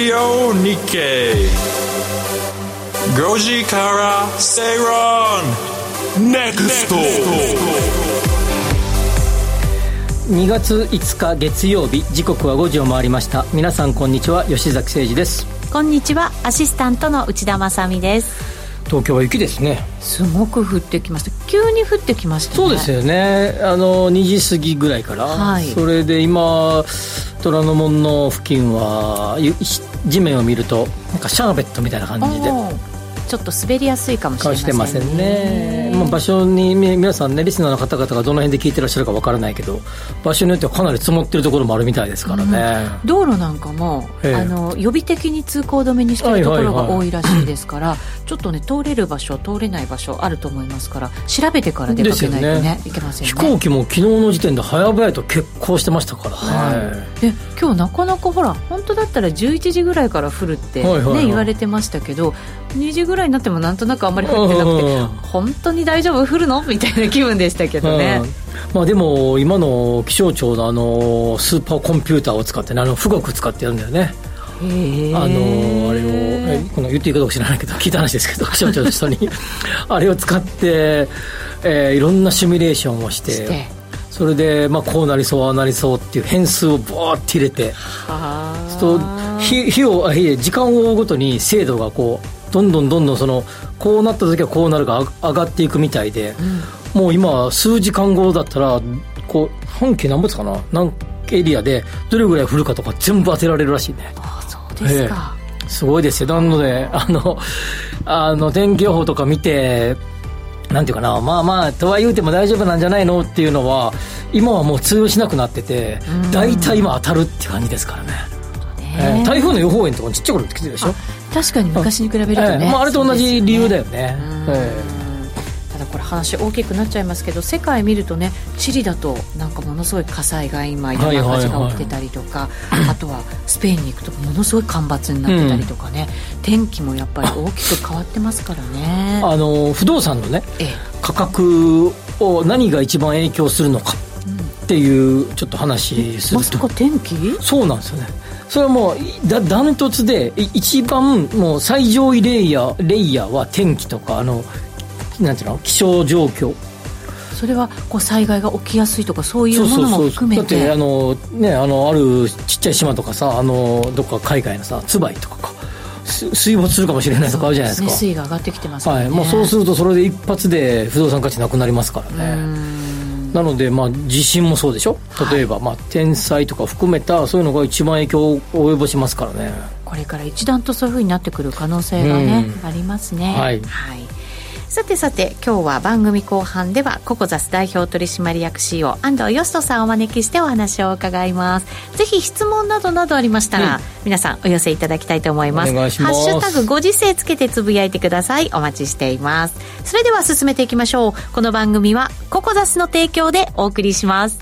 Radio Nikkei 5時から正論 NEXT 2月5日月曜日、時刻は5時を回りました。皆さんこんにちは、吉崎誠二です。 こんにちは、アシスタントの内田まさみです。 東京は雪ですね。 すごく降ってきました。急に降ってきましたね。 そうですよね。2時過ぎぐらいから、はい、それで今虎ノ門の付近は地面を見るとなんかシャーベットみたいな感じでちょっと滑りやすいかもしれませんね。 してませんね。場所に皆さんね、リスナーの方々がどの辺で聞いてらっしゃるかわからないけど、場所によってはかなり積もってるところもあるみたいですからね、 道路なんかも予備的に通行止めにしてるところが多いらしいですから、ちょっとね、通れる場所通れない場所あると思いますから、調べてから出かけないと ねいけませんね。 飛行機も昨日の時点で早々と欠航してましたからね、 で今日なかなかほら、本当だったら11時ぐらいから降るって、言われてましたけど、2時ぐらいになってもなんとなくあんまり降ってなくて、本当に大丈夫、降るのみたいな気分でしたけどね、 でも今の気象庁のスーパーコンピューターを使ってね、富岳使ってやるんだよね。あれをこの言っていいかどうか知らないけど、聞いた話ですけど、気象庁の人にあれを使って、いろんなシミュレーションをしてそれで、こうなりそうああなりそうっていう変数をボーって入れて、時間を追うごとに精度がこうどんどんそのこうなった時はこうなるが上がっていくみたいで、もう今数時間後だったらこう半径何分かな、何エリアでどれぐらい降るかとか全部当てられるらしいね。 そうですか、 すごいですよ。なので天気予報とか見て、なんていうかな、とは言うても大丈夫なんじゃないのっていうのは今はもう通用しなくなってて、大体今当たるって感じですからね。台風の予報円とかちっちゃい頃って来てるでしょ。 確かに昔に比べるとね、 あれと同じ理由だよね。 ただこれ話大きくなっちゃいますけど、世界見るとね、チリだとなんかものすごい火災が今山火事が起きてたりとか、あとはスペインに行くとものすごい干ばつになってたりとかね、天気もやっぱり大きく変わってますからね。 不動産のね、価格を何が一番影響するのかっていうちょっっと話すると、 まさか天気？ そうなんですよね。それはもうダントツで一番もう最上位レイヤーは天気とかなんていうの、気象状況。 それはこう災害が起きやすいとかそういうものも含めて。 だってあるちっちゃい島とかさ、どっか海外のさ、ツバイとか水没するかもしれないとかあるじゃないですか。 水位が上がってきてますからね。 もうそうするとそれで一発で不動産価値なくなりますからね。なので地震もそうでしょ。例えば、天災とか含めたそういうのが一番影響を及ぼしますからね。 これから一段とそういう風になってくる可能性がね、ありますね。さて今日は番組後半ではココザス代表取締役 CEO 安藤義人さんをお招きしてお話を伺います。ぜひ質問などありましたら、皆さんお寄せいただきたいと思います。 お願いします。 ハッシュタグご時世つけてつぶやいてください。お待ちしています。それでは進めていきましょう。この番組はココザスの提供でお送りします。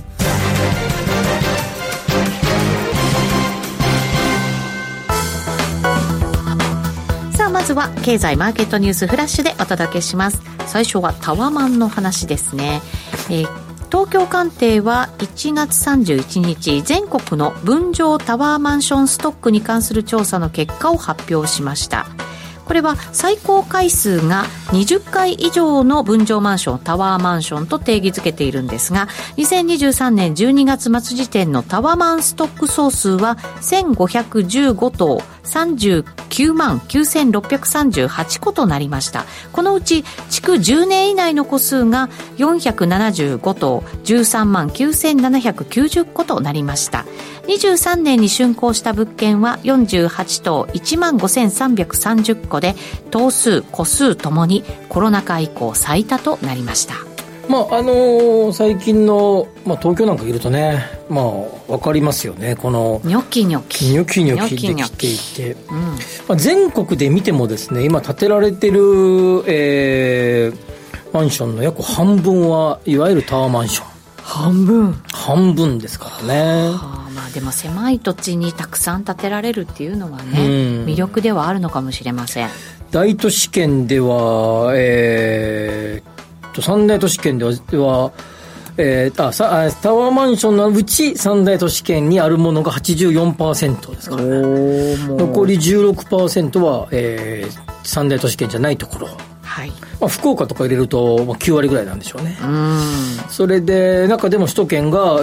まずは経済マーケットニュースフラッシュでお届けします。最初はタワマンの話ですね。東京カンテイは1月31日全国の分譲タワーマンションストックに関する調査の結果を発表しました。これは最高階数が20階以上の分譲マンション、タワーマンションと定義づけているんですが、2023年12月末時点のタワマンストック総数は1515棟39万9638戸となりました。このうち築10年以内の戸数が475棟13万9790戸となりました。23年に竣工した物件は48棟1万5330戸で、棟数戸数ともにコロナ禍以降最多となりました。 最近の、東京なんかいるとね、分かりますよね。このニョキニョキできていて、全国で見てもですね、今建てられてる、マンションの約半分はいわゆるタワーマンション。半分ですからね。 でも狭い土地にたくさん建てられるっていうのはね、魅力ではあるのかもしれません。 大都市圏では、三大都市圏では、 タワーマンションのうち三大都市圏にあるものが 84% ですからね。残り 16% は、三大都市圏じゃないところ、はい、福岡とか入れると9割ぐらいなんでしょうね。それで中でも首都圏が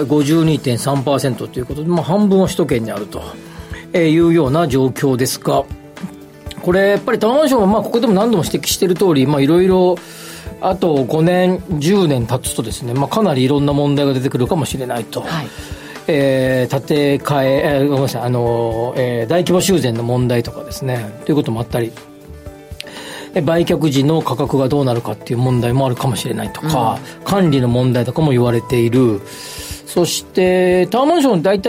52.3% ということで、半分は首都圏にあるというような状況ですが、これやっぱりタワーマンションはここでも何度も指摘している通り、いろいろあと5年10年経つとですね、かなりいろんな問題が出てくるかもしれないと、はい、建て替え、ごめんなさい、大規模修繕の問題とかですねということもあったり、売却時の価格がどうなるかっていう問題もあるかもしれないとか、管理の問題とかも言われている。そしてタワーマンション大体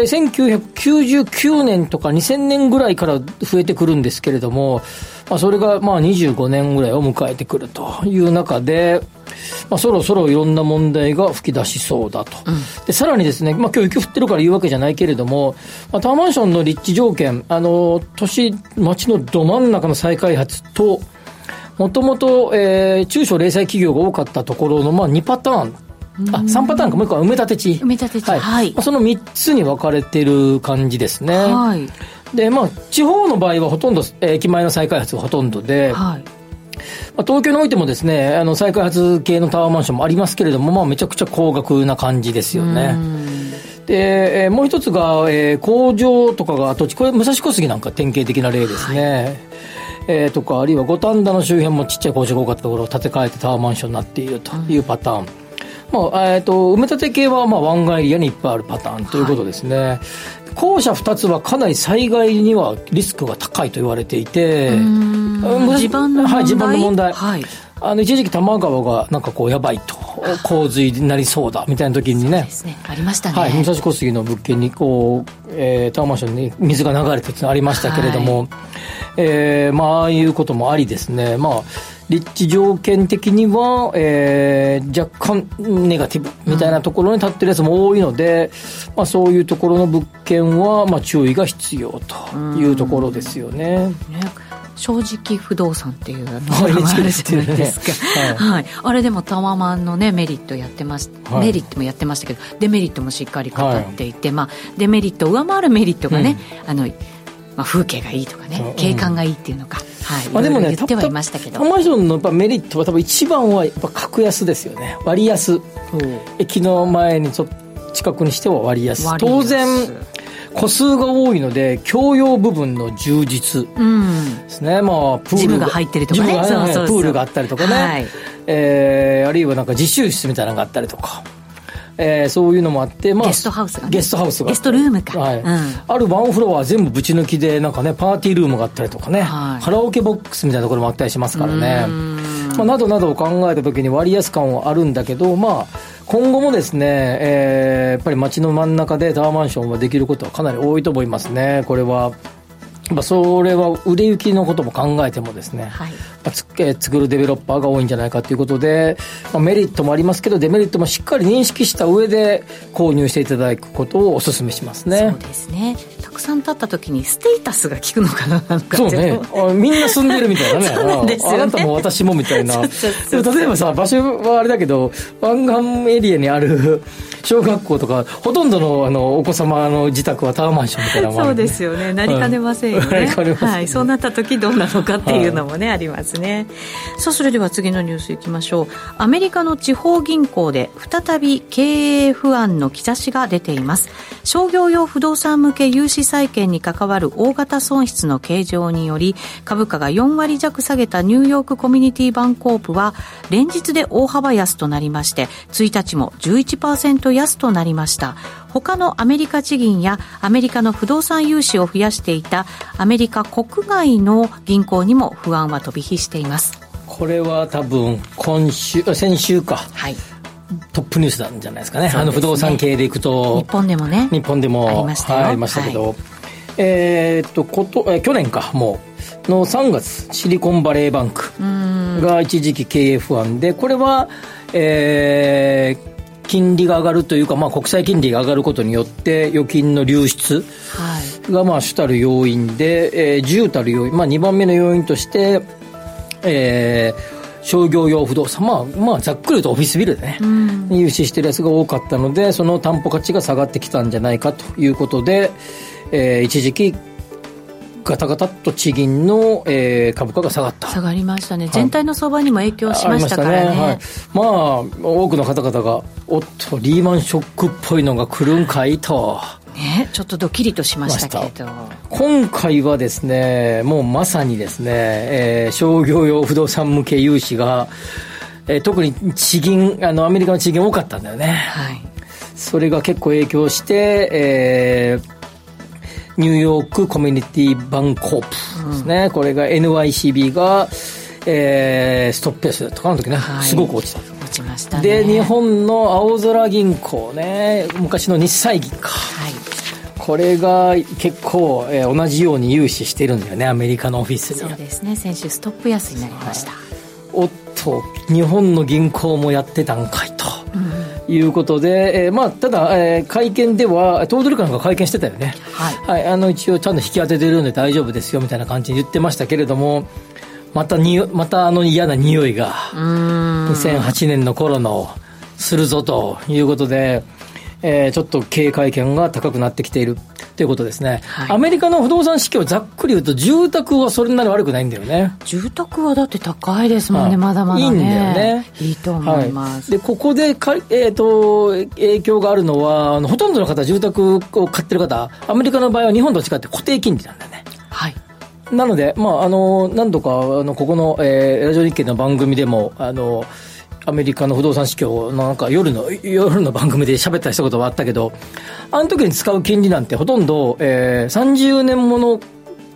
1999年とか2000年ぐらいから増えてくるんですけれども、それが25年ぐらいを迎えてくるという中で、そろそろいろんな問題が吹き出しそうだと、でさらにですね、今日雪降ってるから言うわけじゃないけれども、タワーマンションの立地条件、町のど真ん中の再開発と、もともと中小零細企業が多かったところの2パターン、3パターンか、もう一個は埋め立て地。はい。その3つに分かれてる感じですね。はい。で、地方の場合はほとんど、駅前の再開発がほとんどで、はい。東京においてもですね、再開発系のタワーマンションもありますけれども、めちゃくちゃ高額な感じですよね。で、もう一つが、工場とかが跡地、これ武蔵小杉なんか典型的な例ですね。はい。とか、あるいは五反田の周辺もちっちゃい工場が多かったところを建て替えてタワーマンションになっているというパターン。埋め立て系は湾岸エリアにいっぱいあるパターンということですね。はい、後者2つはかなり災害にはリスクが高いと言われていて、 地盤の問題、 はい、地盤の問題、 はい、 一時期多摩川がやばいと、洪水になりそうだみたいな時にね、 そうですね、ありましたね。 はい、武蔵小杉の物件にタワーマンションに水が流れてってのありましたけれども、はい、ああいうこともありですね、立地条件的には、若干ネガティブみたいなところに立ってるやつも多いので、そういうところの物件は、注意が必要というところですよね。 正直不動産っていうのがあるじゃないですか。はいはい、あれでもタワマンのねメリットやってます、はい、メリットもやってましたけど、デメリットもしっかり語っていて、デメリットを上回るメリットがね、風景がいいとかね、景観がいいっていうのか、はい、でもね、言ってはいましたけど、 タワーマンションのやっぱメリットは多分一番はやっぱ格安ですよね。割安、駅の前に近くにしては割安。当然個数が多いので共用部分の充実ですね。プールジムが入ってるとかね、 プールがあったりとかね、はい、あるいは自習室みたいなのがあったりとか、そういうのもあって、 ゲストハウスが、ね、 ゲストルームか、 はい、あるワンフロアは全部ぶち抜きでパーティールームがあったりとかね、はい、カラオケボックスみたいなところもあったりしますからね、などなどを考えた時に割安感はあるんだけど、今後もですね、やっぱり街の真ん中でタワーマンションができることはかなり多いと思いますね。これはそれは売れ行きのことも考えてもですね、はい、作るデベロッパーが多いんじゃないかということで、メリットもありますけどデメリットもしっかり認識した上で購入していただくことをお勧めしますね。 そうですね。たくさん経った時にステータスが効くのかな、 そうね、みんな住んでるみたいなねそうなんですよね、 あなたも私もみたいなそう例えばさ、場所はあれだけど湾岸エリアにある小学校とかほとんどのお子様の自宅はタワーマンションみたいなのもある、ね、 そうですよね、なりかねませんよね、はい、そうなった時どうなのかっていうのもね、ありますね。さあ、それでは次のニュースいきましょう。アメリカの地方銀行で再び経営不安の兆しが出ています。商業用不動産向け融資債券に関わる大型損失の計上により株価が4割弱下げたニューヨークコミュニティバンコープは連日で大幅安となりまして、1日も 11% 安となりました。他のアメリカ地銀やアメリカの不動産融資を増やしていたアメリカ国外の銀行にも不安は飛び火しています。 これは多分先週か、はい、トップニュースなんじゃないですかね。不動産系でいくと日本でもね、 ありましたけど、去年かもうの3月シリコンバレーバンクが一時期経営不安で、これは、金利が上がるというか、国際金利が上がることによって預金の流出が主たる要因で、10たる要因、2番目の要因として、 商業用不動産、まあざっくり言うとオフィスビルでね、融資してるやつが多かったので、その担保価値が下がってきたんじゃないかということで、一時期ガタガタっと地銀の、株価が下がった。 下がりましたね。全体の相場にも影響しましたからね。はい、 まあ多くの方々がおっとリーマンショックっぽいのが来るんかいと、 ね、ちょっとドキリとしましたけれど、 今回はですね、もうまさにですね、商業用不動産向け融資が、特に地銀、アメリカの地銀多かったんだよね。はい、それが結構影響して、ニューヨークコミュニティバンコープですね、これが NYCB が、ストップペースとかの時ね、すごく落ちた。 落ちましたね。 で、日本の青空銀行ね、昔の日債銀行、これが結構、同じように融資してるんだよね、アメリカのオフィスに。 そうですね、先週ストップ安になりました。 おっと日本の銀行もやってたんかいと、いうことで、まあ、ただ、会見では頭取官が会見してたよね。はい、一応ちゃんと引き当ててるんで大丈夫ですよみたいな感じに言ってましたけれども、また嫌な匂いが2008年の頃のするぞということで、ちょっと警戒感が高くなってきているということですね。はい、アメリカの不動産市況ざっくり言うと住宅はそれなり悪くないんだよね。 住宅はだって高いですもんね、まだまだね。いいんだよね。いいと思います。 でここで影響があるのはほとんどの方住宅を買ってる方、アメリカの場合は日本と違って固定金利なんだよね。はい。なので、まあ、何度かここの、ラジオ日経の番組でもアメリカの不動産市況のなんか夜の番組で喋ったりしたことはあったけど、あの時に使う金利なんてほとんど、30年もの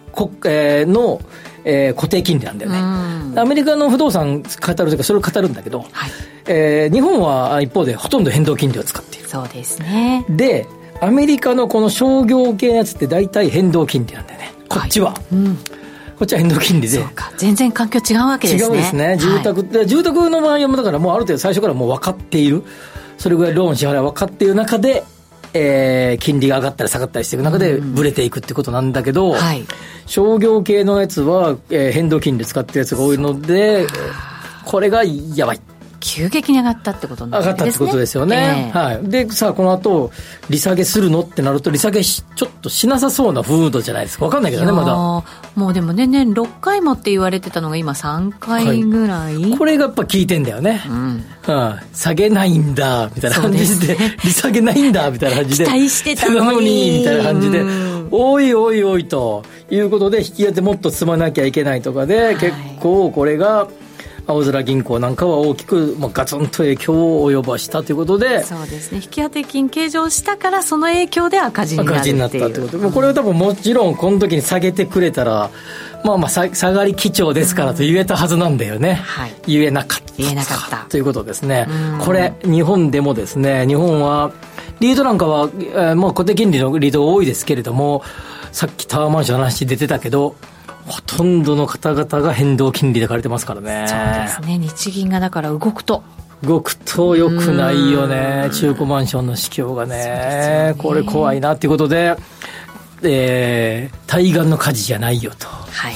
固定金利なんだよね。アメリカの不動産語るときはそれを語るんだけど、はい、日本は一方でほとんど変動金利を使っている。 そうですね。 でアメリカのこの商業系のやつって大体変動金利なんだよね、こっちは。はい、こっちは変動金利で。 そうか、全然環境違うわけですね。 違うんですね。住宅の場合はだからもうある程度最初からもう分かっている、それぐらいローン支払い分かっている中で、金利が上がったり下がったりしていく中でブレていくってことなんだけど、はい、商業系のやつは、変動金利使ってるやつが多いので、これがやばい。 急激に上がったってことなんですね。 上がったってことですよね。はい。で、さあ、この後、利下げするのってなると、利下げちょっとしなさそうな風土じゃないですか。わかんないけどね、まだ。 もうでもね、年6回もって言われてたのが今3回ぐらい。はい、 これがやっぱ効いてんだよね。下げないんだ、みたいな感じで、利下げないんだ、みたいな感じで。 期待してたのに。 みたいな感じで、おいおいおいということで、引き当てもっと積まなきゃいけないとかで、結構これが、青空銀行なんかは大きく、ガツンと影響を及ぼしたということで。 そうですね。引き当て金計上したからその影響で赤字になるっていう。 赤字になったということで、これは多分もちろんこの時に下げてくれたら下がり基調ですからと言えたはずなんだよね。はい、言えなかったということですね。これ日本でもですね、日本はリートなんかは、固定金利のリートが多いですけれども、さっきタワーマンションの話出てたけど、ほとんどの方々が変動金利で借りてますからね。 そうですね。日銀がだから動くと良くないよね。中古マンションの市況が ね、これ怖いなっていうことで、対岸の火事じゃないよと、はい、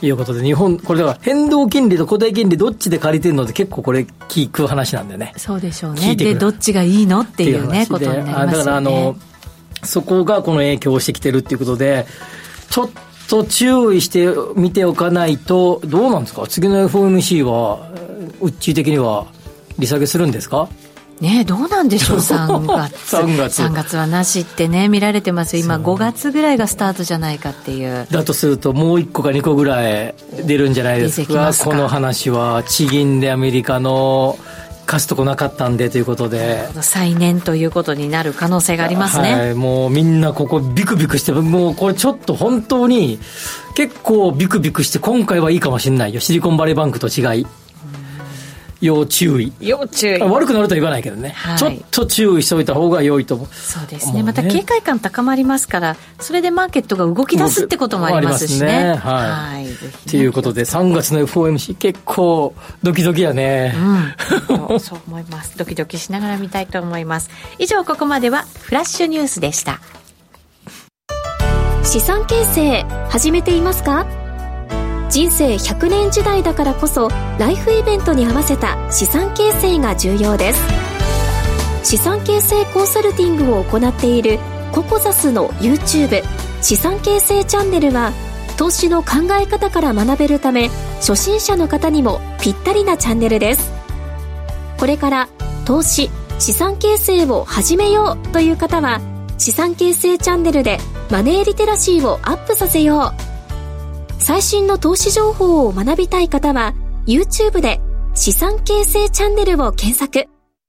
いうことで、日本これだから変動金利と固定金利どっちで借りてるのって結構これ聞く話なんだよね。 そうでしょうね。でどっちがいいのっていうねことになりますよね。 だからそこがこの影響をしてきてるっていうことで、ちょっと注意して見ておかないと。どうなんですか、次の FOMC はうっちー的には利下げするんですかね。どうなんでしょう。3月はなしってね見られてますよ。今5月ぐらいがスタートじゃないかっていう。だとするともう1個か2個ぐらい出るんじゃないですか。この話は地銀でアメリカの貸すとこなかったんでということで、 再燃ということになる可能性がありますね。 はい、もうみんなここビクビクして、もうこれちょっと本当に結構ビクビクして、今回はいいかもしれないよ。シリコンバレーバンクと違い、要注意。悪くなるとは言わないけどね、はい、ちょっと注意しておいた方が良いと思う。 そうですね。また警戒感高まりますから、それでマーケットが動き出すってこともありますしね。はい。 ということで3月の FOMC 結構ドキドキやね。 そう思います。ドキドキしながら見たいと思います。以上、ここまではフラッシュニュースでした。 資産形成始めていますか？ 人生100年時代だからこそライフイベントに合わせた資産形成が重要です。資産形成コンサルティングを行っているココザスの YouTube 資産形成チャンネルは、投資の考え方から学べるため初心者の方にもぴったりなチャンネルです。これから投資資産形成を始めようという方は、資産形成チャンネルでマネーリテラシーをアップさせよう、最新の投資情報を学びたい方は YouTube で資産形成チャンネルを検索。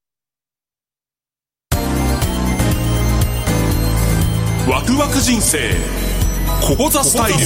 ワクワク人生ココザスタイル。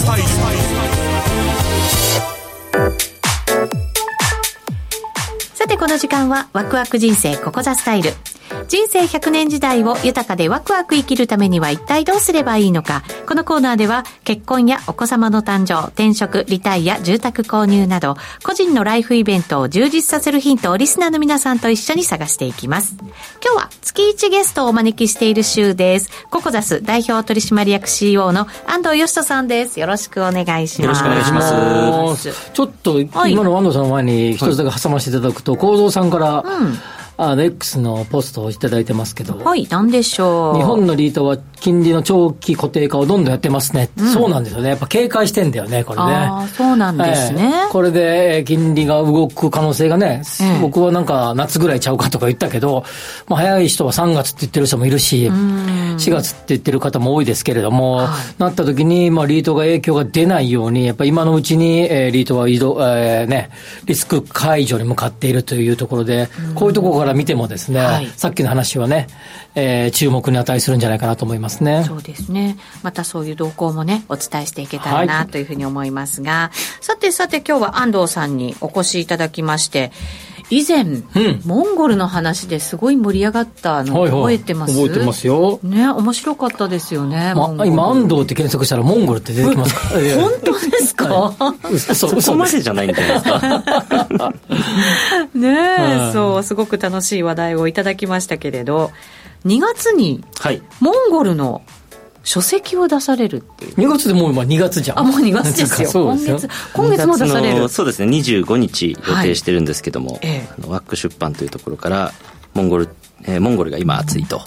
さてこの時間はワクワク人生ココザスタイル。人生100年時代を豊かでワクワク生きるためには一体どうすればいいのか。このコーナーでは結婚やお子様の誕生、転職、リタイア、住宅購入など個人のライフイベントを充実させるヒントをリスナーの皆さんと一緒に探していきます。今日は月1ゲストをお招きしている週です。ココザス代表取締役 CEO の安藤義人さんです。よろしくお願いします。 よろしくお願いします。 ちょっと今の安藤さんの前に一つだけ挟ませていただくと、幸三さんからX のポストをいただいてますけど、 はい、何でしょう。 日本のリートは金利の長期固定化をどんどんやってますね、そうなんですよね。やっぱ警戒してんだよね、これね。 ああ、そうなんですね、 これで金利が動く可能性がね、僕はなんか夏ぐらいちゃうかとか言ったけど、まあ、早い人は3月って言ってる人もいるし、4月って言ってる方も多いですけれども、なった時に、まあ、リートが影響が出ないように、やっぱり今のうちに、リートはリスク解除に向かっているというところで、こういうところから見てもですね、さっきの話はね、注目に値するんじゃないかなと思いますね。 そうですね。またそういう動向もね、お伝えしていけたらなというふうに思いますが、さて今日は安藤さんにお越しいただきまして、以前、モンゴルの話ですごい盛り上がったの覚えてます？ 覚えてますよ。 ね、面白かったですよね。 今安藤って検索したらモンゴルって出てきますから。 本当ですか？ そこまでじゃないんじゃないですか。 ねえ、そう、すごく楽しい話題をいただきましたけれど、2月にモンゴルの書籍を出されるっていう。 2月でもう今2月じゃん。 もう2月ですよ。今月も出される。 そうですね、25日予定してるんですけども、ワック出版というところからモンゴルが今熱いと。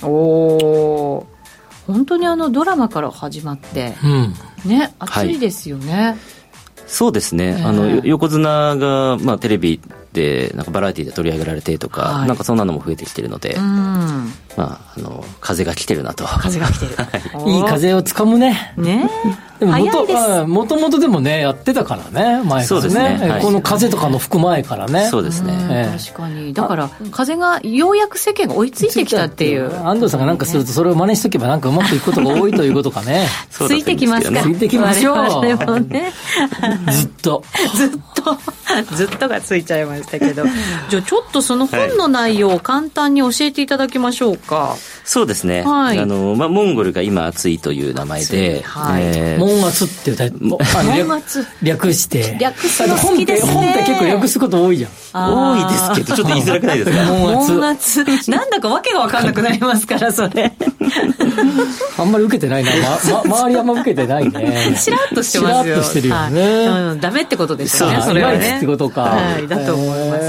本当にドラマから始まって、ね、熱いですよね。 そうですね、横綱が、まあ、テレビでなんかバラエティで取り上げられてとか、なんかそんなのも増えてきてるので、まあ、風が来てるなと。 風が来てるいい風をつかむね。でももともとでもねやってたからね、前からね。 そうですね、 この風とかの吹く前からね。 そうですね、 確かに。だから風がようやく世間が追いついてきたっていう。 安藤さんがなんかするとそれを真似しとけばなんかうまくいくことが多いということかね。 ついてきますか。 ついてきましょう。 ね、 ずっとがついちゃいましたけど。じゃあちょっとその本の内容を簡単に教えていただきましょうか。 そうですね、まあ、モンゴルが今熱いという名前で、 モン熱って略して略すの好きですね。 本って結構略すこと多いじゃん。 多いですけどちょっと言いづらくないですか。 モン熱なんだかわけが分かんなくなりますからそれあんまり受けてないな、周りあんま受けてないね。 チラッとしてますよ。 チラッとしてるよね、 ダメってことですよね。 それはねってことか、 だと思います。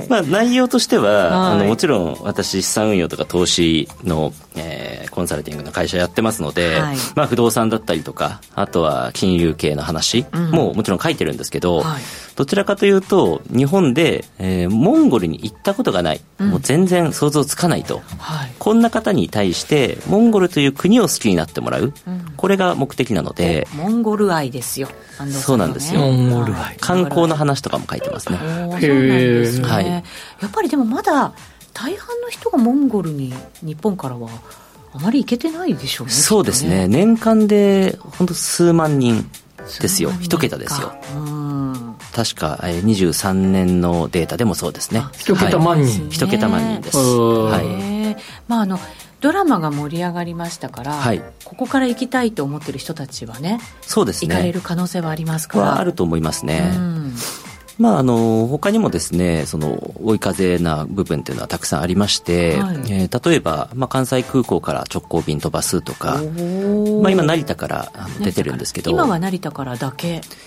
まあ、内容としては、もちろん私資産運用とか投資のコンサルティングの会社やってますので、まあ、不動産だったりとか、あとは金融系の話ももちろん書いてるんですけど、どちらかというと日本で、モンゴルに行ったことがない、もう全然想像つかないと、こんな方に対してモンゴルという国を好きになってもらう、これが目的なので。 モンゴル愛ですよ。 そうなんですよ。 モンゴル愛、 観光の話とかも書いてますね。 そうなんですね、やっぱりでもまだ大半の人がモンゴルに日本からはあまり行けてないでしょうね。 そうですね、年間で本当数万人ですよ。一桁ですよ。確か23年のデータでもそうですね。 一桁万人、 一桁万人です。 まあドラマが盛り上がりましたから、ここから行きたいと思ってる人たちはね、 そうですね、 行かれる可能性はありますから。 あると思いますね。まあ、他にもですね、その追い風な部分というのはたくさんありまして、例えば、まあ、関西空港から直行便飛ばすとか、まあ、今成田から出てるんですけど、 今は成田からだけ。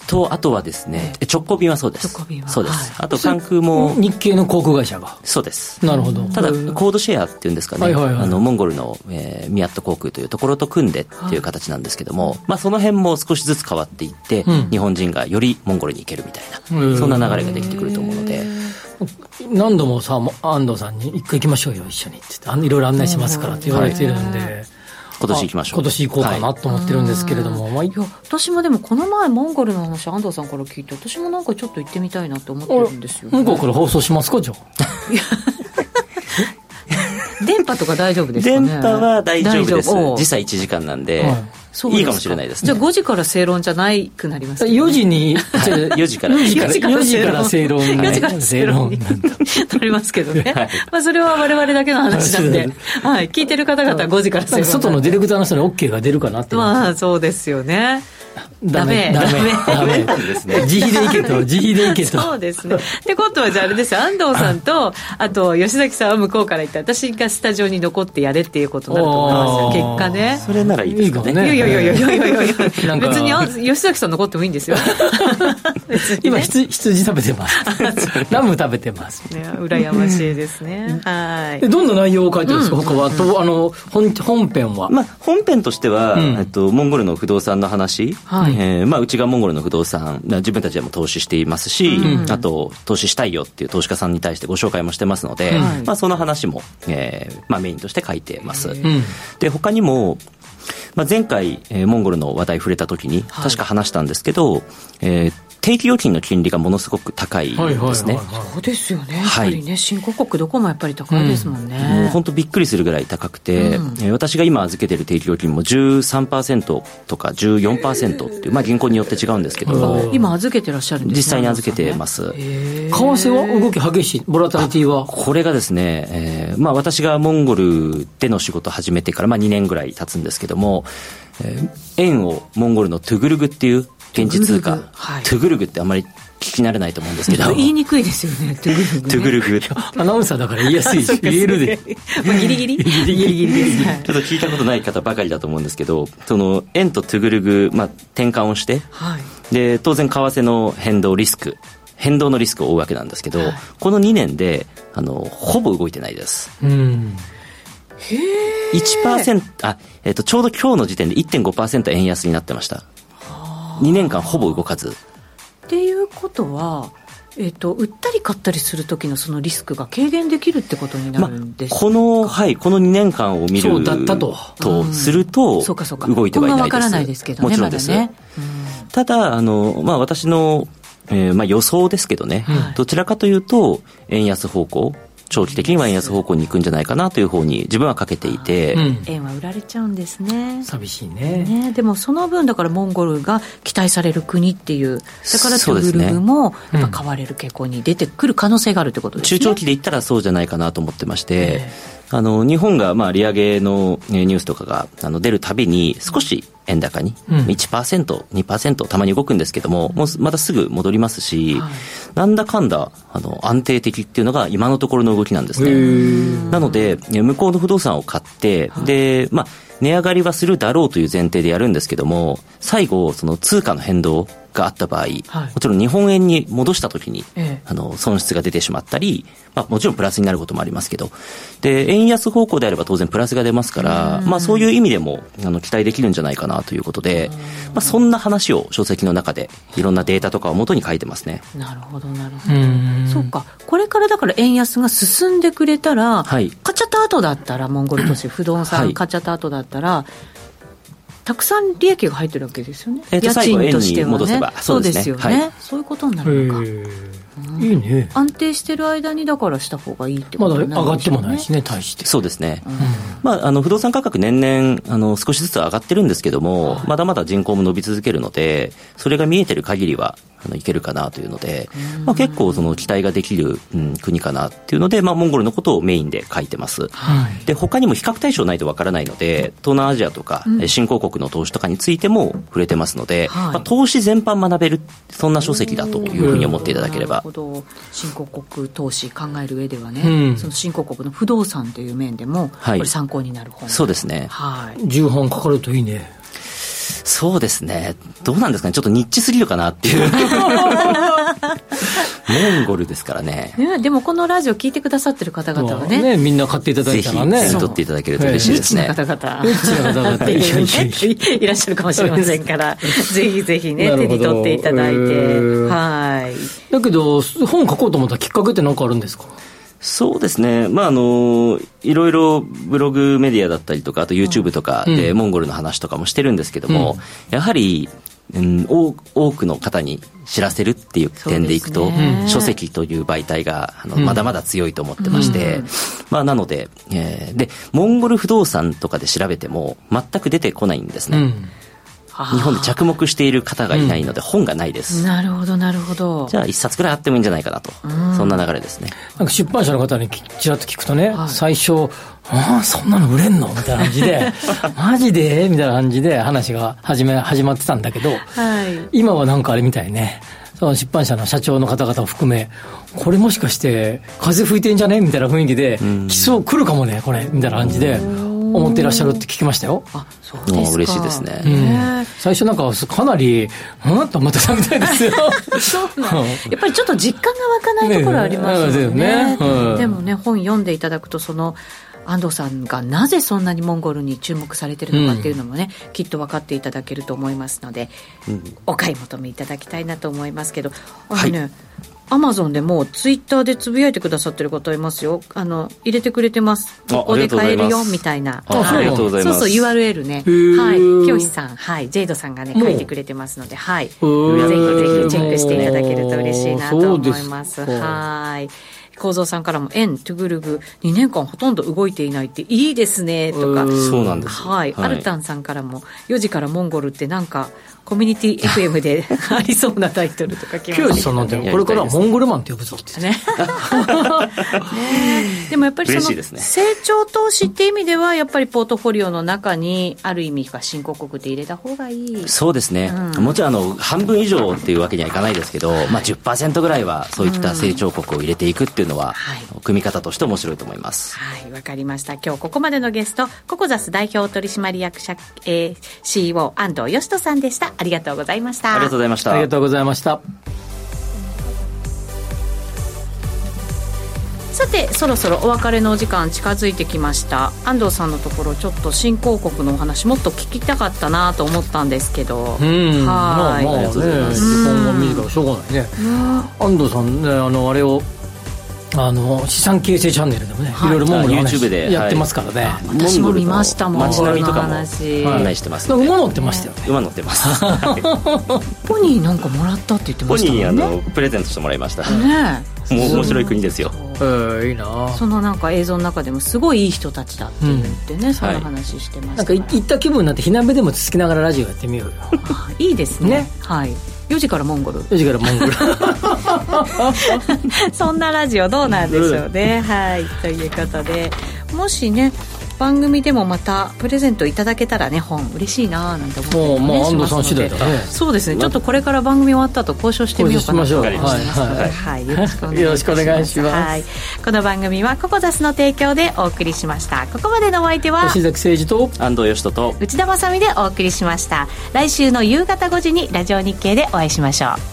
とあとはですね、直行便はそうです。 直行便はそうです、あと関空も日系の航空会社が。 そうです。 なるほど。 ただコードシェアっていうんですかね、モンゴルの、ミアット航空というところと組んでっていう形なんですけども、その辺も少しずつ変わっていって、日本人がよりモンゴルに行けるみたいな、そんな流れができてくると思うので、 何度もさ安藤さんに一回行きましょうよ一緒にっていろいろ案内しますからって言われてるんで、 今年行きましょう。 今年行こうかなと思ってるんですけれども、いや私もでもこの前モンゴルの話安藤さんから聞いて、私もなんかちょっと行ってみたいなと思ってるんですよ、 向こうから放送しますかじゃあ電波とか大丈夫ですかね。 電波は大丈夫です。時差1時間なんで、いいかもしれないですね。 じゃあ5時から正論じゃないくなりますね。 4時に 4時から正論 4時から正論になりますけどね、それは我々だけの話なんで、聞いてる方々は5時から正論。 外のディレクターの人に OK が出るかなって。 そうですよね。ダメですね。 自費で行けと。 そうですね。ってことはじゃああれですよ、安藤さんとあと吉崎さんは向こうから行って、私がスタジオに残ってやれっていうことになると思いますよ、結果ね。 それならいいですかね。 いや別に吉崎さん残ってもいいんですよ今羊食べてますラム食べてますね。羨ましいですね。はい。 どんな内容を書いてるんですか、他は。本編は、 本編としては、モンゴルの不動産の話、うちがモンゴルの不動産自分たちでも投資していますし、あと投資したいよっていう投資家さんに対してご紹介もしてますので、その話も、メインとして書いてます。で他にも前回、モンゴルの話題触れた時に確か話したんですけど、定期預金の金利がものすごく高いですね。 そうですよね。やっぱりね、新興国どこもやっぱり高いですもんね。 もう本当びっくりするぐらい高くて、私が今預けてる定期預金も 13% とか 14% っていう、銀行によって違うんですけど、 今預けてらっしゃるんですね。 実際に預けてます。 為替は動き激しい、ボラタリティは。 これがですね、私がモンゴルでの仕事を始めてから2年ぐらい経つんですけども、円をモンゴルのトゥグルグっていう現地通貨、トゥグルグってあんまり聞き慣れないと思うんですけど、 言いにくいですよね、トゥグルグ、ね、 トゥグルグアナウンサーだから言いやすいし言えるでギリギリです、 ちょっと聞いたことない方ばかりだと思うんですけど、その円とトゥグルグ、転換をして、で当然為替の変動のリスクを負うわけなんですけど、この2年でほぼ動いてないです。1% ちょうど今日の時点で 1.5% 円安になってました。2年間ほぼ動かず。 っていうことは、売ったり買ったりする時のそのリスクが軽減できるってことになるんですか。 この2年間を見るそうだったとすると、動いてはいないです。 今は分からないですけどね。 もちろんです。ただ私の、予想ですけどね、どちらかというと円安方向、長期的には円安方向に行くんじゃないかなという方に自分はかけていて、 円は売られちゃうんですね。 寂しい ね。 でもその分だからモンゴルが期待される国っていう、だからトゥグルグもやっぱ買われる傾向に出てくる可能性があるってことですね。 中長期で言ったらそうじゃないかなと思ってまして、日本が利上げのニュースとかが出るたびに少し円高に 1%、2% たまに動くんですけども、もうまたすぐ戻りますし、なんだかんだ安定的っていうのが今のところの動きなんですね。なので向こうの不動産を買って、で値上がりはするだろうという前提でやるんですけども、最後その通貨の変動があった場合、もちろん日本円に戻した時に、損失が出てしまったり、もちろんプラスになることもありますけど、で円安方向であれば当然プラスが出ますから、そういう意味でも期待できるんじゃないかなということで、そんな話を書籍の中でいろんなデータとかを元に書いてますね。 なるほどなるほど。そうか、これからだから円安が進んでくれたら、買っちゃった後だったら、モンゴル都市不動産買っちゃった後だったら、たくさん利益が入ってるわけですよね。家賃としてはね。戻せばそうですよね。そういうことになるのか。 いいね。 安定してる間にだからした方がいいってことなんでしょうね。 まだ上がってもないしね、大して。 そうですね。不動産価格年々少しずつ上がってるんですけども、まだまだ人口も伸び続けるので、それが見えてる限りはいけるかなというので、結構その期待ができる、国かなっていうので、モンゴルのことをメインで書いてます。で他にも比較対象ないとわからないので、東南アジアとか、新興国の投資とかについても触れてますので、投資全般学べる、そんな書籍だというふうに思っていただければ。 新興国投資考える上ではね、その新興国の不動産という面でも、これ参考になる本。 そうですね。 重版かかるといいね。 そうですね、どうなんですかね、ちょっとニッチすぎるかなっていうモンゴルですからね。 でもこのラジオ聞いてくださってる方々はね、 みんな買っていただいたらね、 ぜひ取っていただけると嬉しいですね。 リッチな方々いらっしゃるかもしれませんからぜひぜひね手に取っていただいて、はい。 だけど本書こうと思ったきっかけって何かあるんですか？ そうですね、いろいろブログメディアだったりとか、あと YouTube とかでモンゴルの話とかもしてるんですけども、やはり多くの方に知らせるっていう点でいくと、書籍という媒体がまだまだ強いと思ってまして、なので、でモンゴル不動産とかで調べても全く出てこないんですね。日本で着目している方がいないので本がないです。 なるほどなるほど。 じゃあ一冊くらいあってもいいんじゃないかなと、そんな流れですね。 なんか出版社の方にちらっと聞くとね、最初そんなの売れんのみたいな感じでマジでみたいな感じで話が始まってたんだけど、今はなんかあれみたいね、その出版社の社長の方々を含め、これもしかして風吹いてんじゃねみたいな雰囲気で来そう来るかもねこれみたいな感じで思っていらっしゃるって聞きましたよ。 そうですか。 嬉しいですね。 最初なんかかなりと思ってたみたいですよそうなんやっぱりちょっと実感が湧かないところありますよね。でもね本読んでいただくと、その安藤さんがなぜそんなにモンゴルに注目されてるのかっていうのもね、きっと分かっていただけると思いますので、お買い求めいただきたいなと思いますけど、アマゾンでもツイッターでつぶやいてくださってる方いますよ。入れてくれてます。ここで買えるよみたいな。 ありがとうございます。 そうそう URL ね。はい。教師さん、はい。ジェイドさんがね書いてくれてますので、はい。ぜひぜひチェックしていただけると嬉しいなと思います。はい。構造さんからもトゥグルグ2年間ほとんど動いていないっていいですねとか、 そうなんです、 はい、アルタンさんからも4時からモンゴルってなんかコミュニティ FM でありそうなタイトルとか来ましたね。 清さんなんてこれからはモンゴルマンって呼ぶぞってねでもやっぱりその成長投資って意味ではやっぱりポートフォリオの中にある意味新興国で入れた方がいい。 そうですね、もちろん半分以上っていうわけにはいかないですけど、10% ぐらいはそういった成長国を入れていくっていうのは、組み方として面白いと思います。 はい、わかりました。今日ここまでのゲストココザス代表取締役社、CEO 安藤義人さんでした。ありがとうございました。 ありがとうございました。 ありがとうございました。 さてそろそろお別れのお時間近づいてきました。安藤さんのところちょっと新興国のお話もっと聞きたかったなと思ったんですけど、はい、 ありがとうございます。時間が短いからしょうがないね。安藤さんね、あれを資産形成チャンネルでもね、いろいろモンゴルの話やってますからね。 私も見ましたもん。 街並みとかも案内してますね。 馬乗ってましたよね。 馬乗ってますポニーなんかもらったって言ってましたもんね。 ポニープレゼントしてもらいましたね。 もう面白い国ですよ。 いいな。 そのなんか映像の中でもすごいいい人たちだって言ってね、そんな話してました。 なんか行った気分になって火鍋でもつつきながらラジオやってみようよ。 いいですね。はい。4時からモンゴル。 4時からモンゴル。 そんなラジオどうなんでしょうね。はい。ということで、もしね、番組でもまたプレゼントいただけたらね、本嬉しいななんて思って、ね、 もう安藤さん次第だね。 そうですね。ちょっとこれから番組終わった後交渉してみようかなと思います。 はい。よろしくお願いします。はい。 この番組はココザスの提供でお送りしました。ここまでのお相手は星崎誠二と安藤義人と内田まさみでお送りしました。来週の夕方5時にラジオ日経でお会いしましょう。